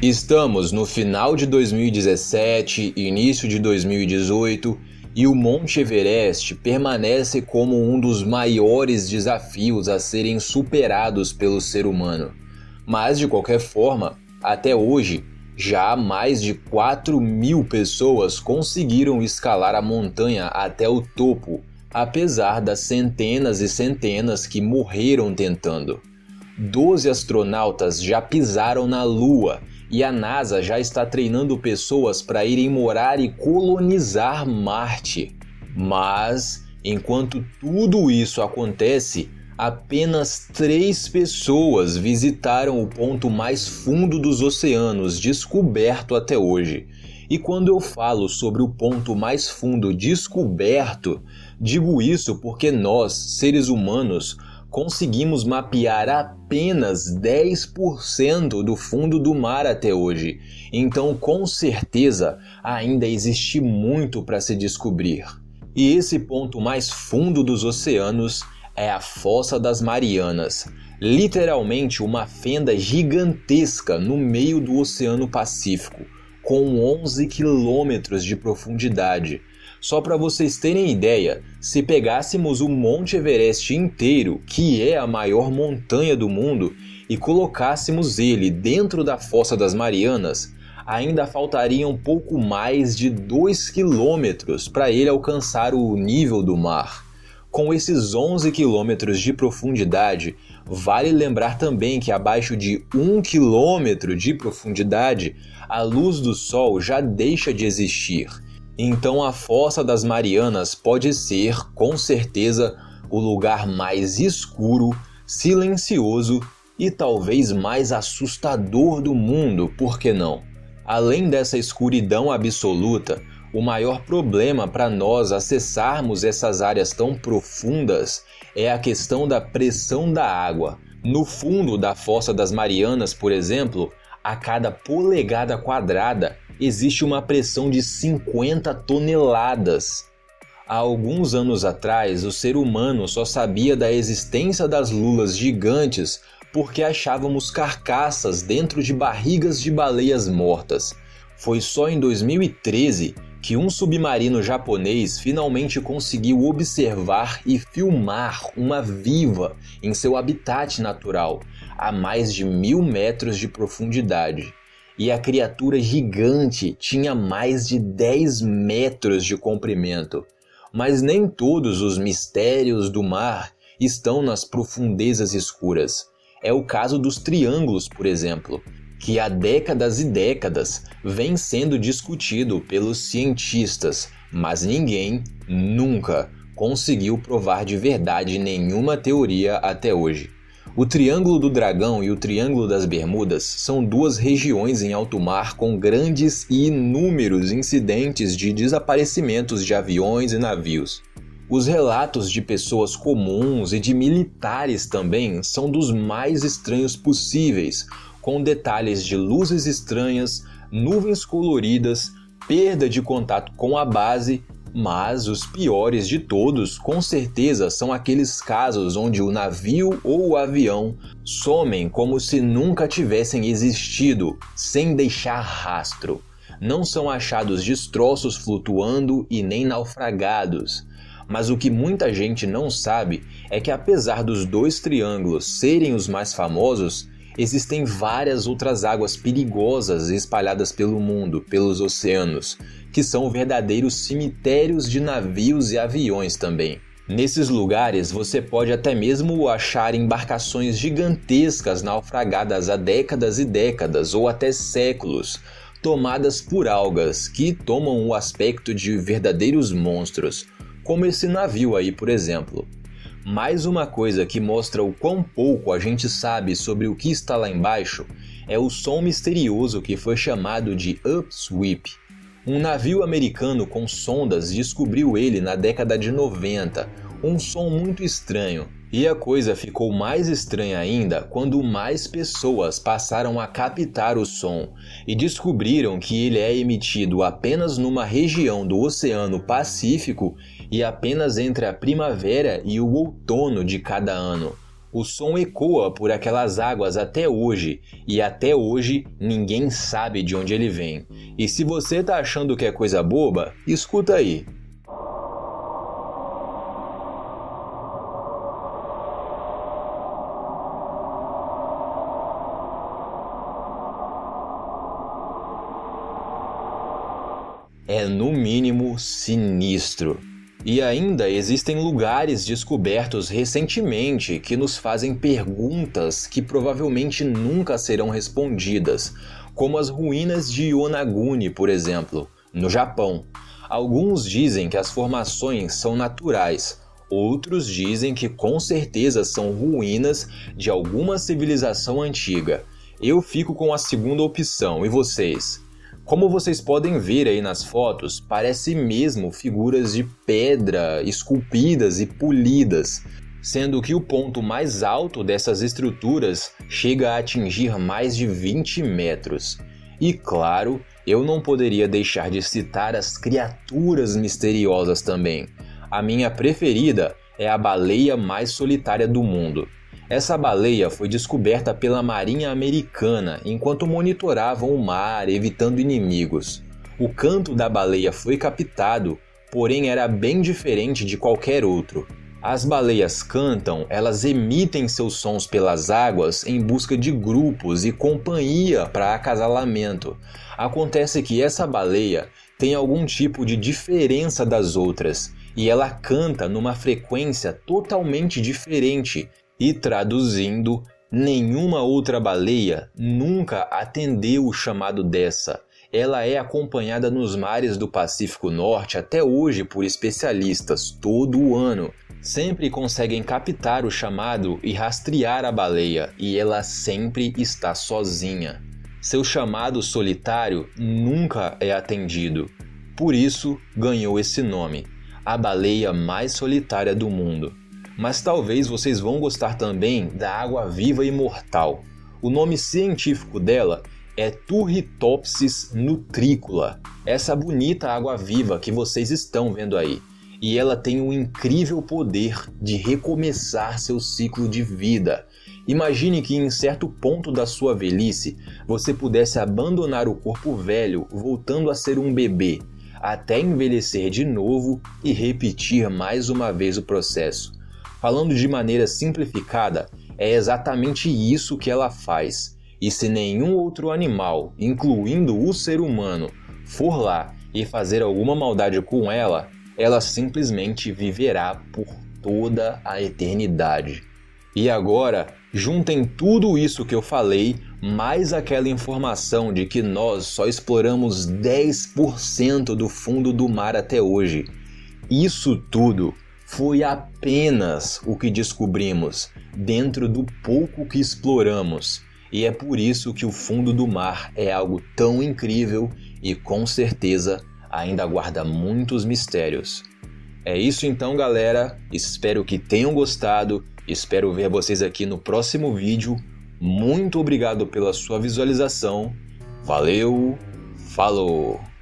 Estamos no final de 2017, início de 2018 e o Monte Everest permanece como um dos maiores desafios a serem superados pelo ser humano. Mas, de qualquer forma, até hoje, já mais de 4.000 pessoas conseguiram escalar a montanha até o topo, apesar das centenas e centenas que morreram tentando. 12 astronautas já pisaram na Lua e a NASA já está treinando pessoas para irem morar e colonizar Marte. Mas, enquanto tudo isso acontece, apenas 3 pessoas visitaram o ponto mais fundo dos oceanos descoberto até hoje. E quando eu falo sobre o ponto mais fundo descoberto, digo isso porque nós, seres humanos, conseguimos mapear apenas 10% do fundo do mar até hoje. Então, com certeza, ainda existe muito para se descobrir. E esse ponto mais fundo dos oceanos é a Fossa das Marianas, literalmente uma fenda gigantesca no meio do Oceano Pacífico, com 11 quilômetros de profundidade. Só para vocês terem ideia, se pegássemos o Monte Everest inteiro, que é a maior montanha do mundo, e colocássemos ele dentro da Fossa das Marianas, ainda faltaria um pouco mais de 2 quilômetros para ele alcançar o nível do mar. Com esses 11 quilômetros de profundidade, vale lembrar também que abaixo de 1 quilômetro de profundidade, a luz do Sol já deixa de existir. Então a Fossa das Marianas pode ser, com certeza, o lugar mais escuro, silencioso e talvez mais assustador do mundo, por que não? Além dessa escuridão absoluta, o maior problema para nós acessarmos essas áreas tão profundas é a questão da pressão da água. No fundo da Fossa das Marianas, por exemplo, a cada polegada quadrada existe uma pressão de 50 toneladas. Há alguns anos atrás, o ser humano só sabia da existência das lulas gigantes porque achávamos carcaças dentro de barrigas de baleias mortas. Foi só em 2013 que um submarino japonês finalmente conseguiu observar e filmar uma viva em seu habitat natural, a mais de 1.000 metros de profundidade. E a criatura gigante tinha mais de 10 metros de comprimento. Mas nem todos os mistérios do mar estão nas profundezas escuras. É o caso dos triângulos, por exemplo, que há décadas e décadas vem sendo discutido pelos cientistas, mas ninguém nunca conseguiu provar de verdade nenhuma teoria até hoje. O Triângulo do Dragão e o Triângulo das Bermudas são 2 regiões em alto mar com grandes e inúmeros incidentes de desaparecimentos de aviões e navios. Os relatos de pessoas comuns e de militares também são dos mais estranhos possíveis, com detalhes de luzes estranhas, nuvens coloridas, perda de contato com a base. Mas os piores de todos, com certeza, são aqueles casos onde o navio ou o avião somem como se nunca tivessem existido, sem deixar rastro. Não são achados destroços flutuando e nem naufragados. Mas o que muita gente não sabe é que, apesar dos 2 triângulos serem os mais famosos, existem várias outras águas perigosas espalhadas pelo mundo, pelos oceanos, que são verdadeiros cemitérios de navios e aviões também. Nesses lugares você pode até mesmo achar embarcações gigantescas naufragadas há décadas e décadas ou até séculos, tomadas por algas que tomam o aspecto de verdadeiros monstros, como esse navio aí, por exemplo. Mais uma coisa que mostra o quão pouco a gente sabe sobre o que está lá embaixo é o som misterioso que foi chamado de Upsweep. Um navio americano com sondas descobriu ele na década de 90, um som muito estranho. E a coisa ficou mais estranha ainda quando mais pessoas passaram a captar o som e descobriram que ele é emitido apenas numa região do Oceano Pacífico e apenas entre a primavera e o outono de cada ano. O som ecoa por aquelas águas até hoje, e até hoje ninguém sabe de onde ele vem. E se você tá achando que é coisa boba, escuta aí. É no mínimo sinistro. E ainda existem lugares descobertos recentemente que nos fazem perguntas que provavelmente nunca serão respondidas, como as ruínas de Yonaguni, por exemplo, no Japão. Alguns dizem que as formações são naturais, outros dizem que com certeza são ruínas de alguma civilização antiga. Eu fico com a segunda opção, e vocês? Como vocês podem ver aí nas fotos, parece mesmo figuras de pedra esculpidas e polidas, sendo que o ponto mais alto dessas estruturas chega a atingir mais de 20 metros. E claro, eu não poderia deixar de citar as criaturas misteriosas também. A minha preferida é a baleia mais solitária do mundo. Essa baleia foi descoberta pela Marinha Americana enquanto monitoravam o mar, evitando inimigos. O canto da baleia foi captado, porém era bem diferente de qualquer outro. As baleias cantam, elas emitem seus sons pelas águas em busca de grupos e companhia para acasalamento. Acontece que essa baleia tem algum tipo de diferença das outras, e ela canta numa frequência totalmente diferente. E traduzindo, nenhuma outra baleia nunca atendeu o chamado dessa. Ela é acompanhada nos mares do Pacífico Norte até hoje por especialistas todo o ano. Sempre conseguem captar o chamado e rastrear a baleia, e ela sempre está sozinha. Seu chamado solitário nunca é atendido. Por isso ganhou esse nome, a baleia mais solitária do mundo. Mas talvez vocês vão gostar também da água-viva imortal. O nome científico dela é Turritopsis nutricula, essa bonita água-viva que vocês estão vendo aí. E ela tem o incrível poder de recomeçar seu ciclo de vida. Imagine que em certo ponto da sua velhice, você pudesse abandonar o corpo velho, voltando a ser um bebê, até envelhecer de novo e repetir mais uma vez o processo. Falando de maneira simplificada, é exatamente isso que ela faz. E se nenhum outro animal, incluindo o ser humano, for lá e fazer alguma maldade com ela, ela simplesmente viverá por toda a eternidade. E agora, juntem tudo isso que eu falei, mais aquela informação de que nós só exploramos 10% do fundo do mar até hoje. Isso tudo foi apenas o que descobrimos dentro do pouco que exploramos, e é por isso que o fundo do mar é algo tão incrível e com certeza ainda guarda muitos mistérios. É isso então, galera, espero que tenham gostado, espero ver vocês aqui no próximo vídeo. Muito obrigado pela sua visualização, valeu, falou!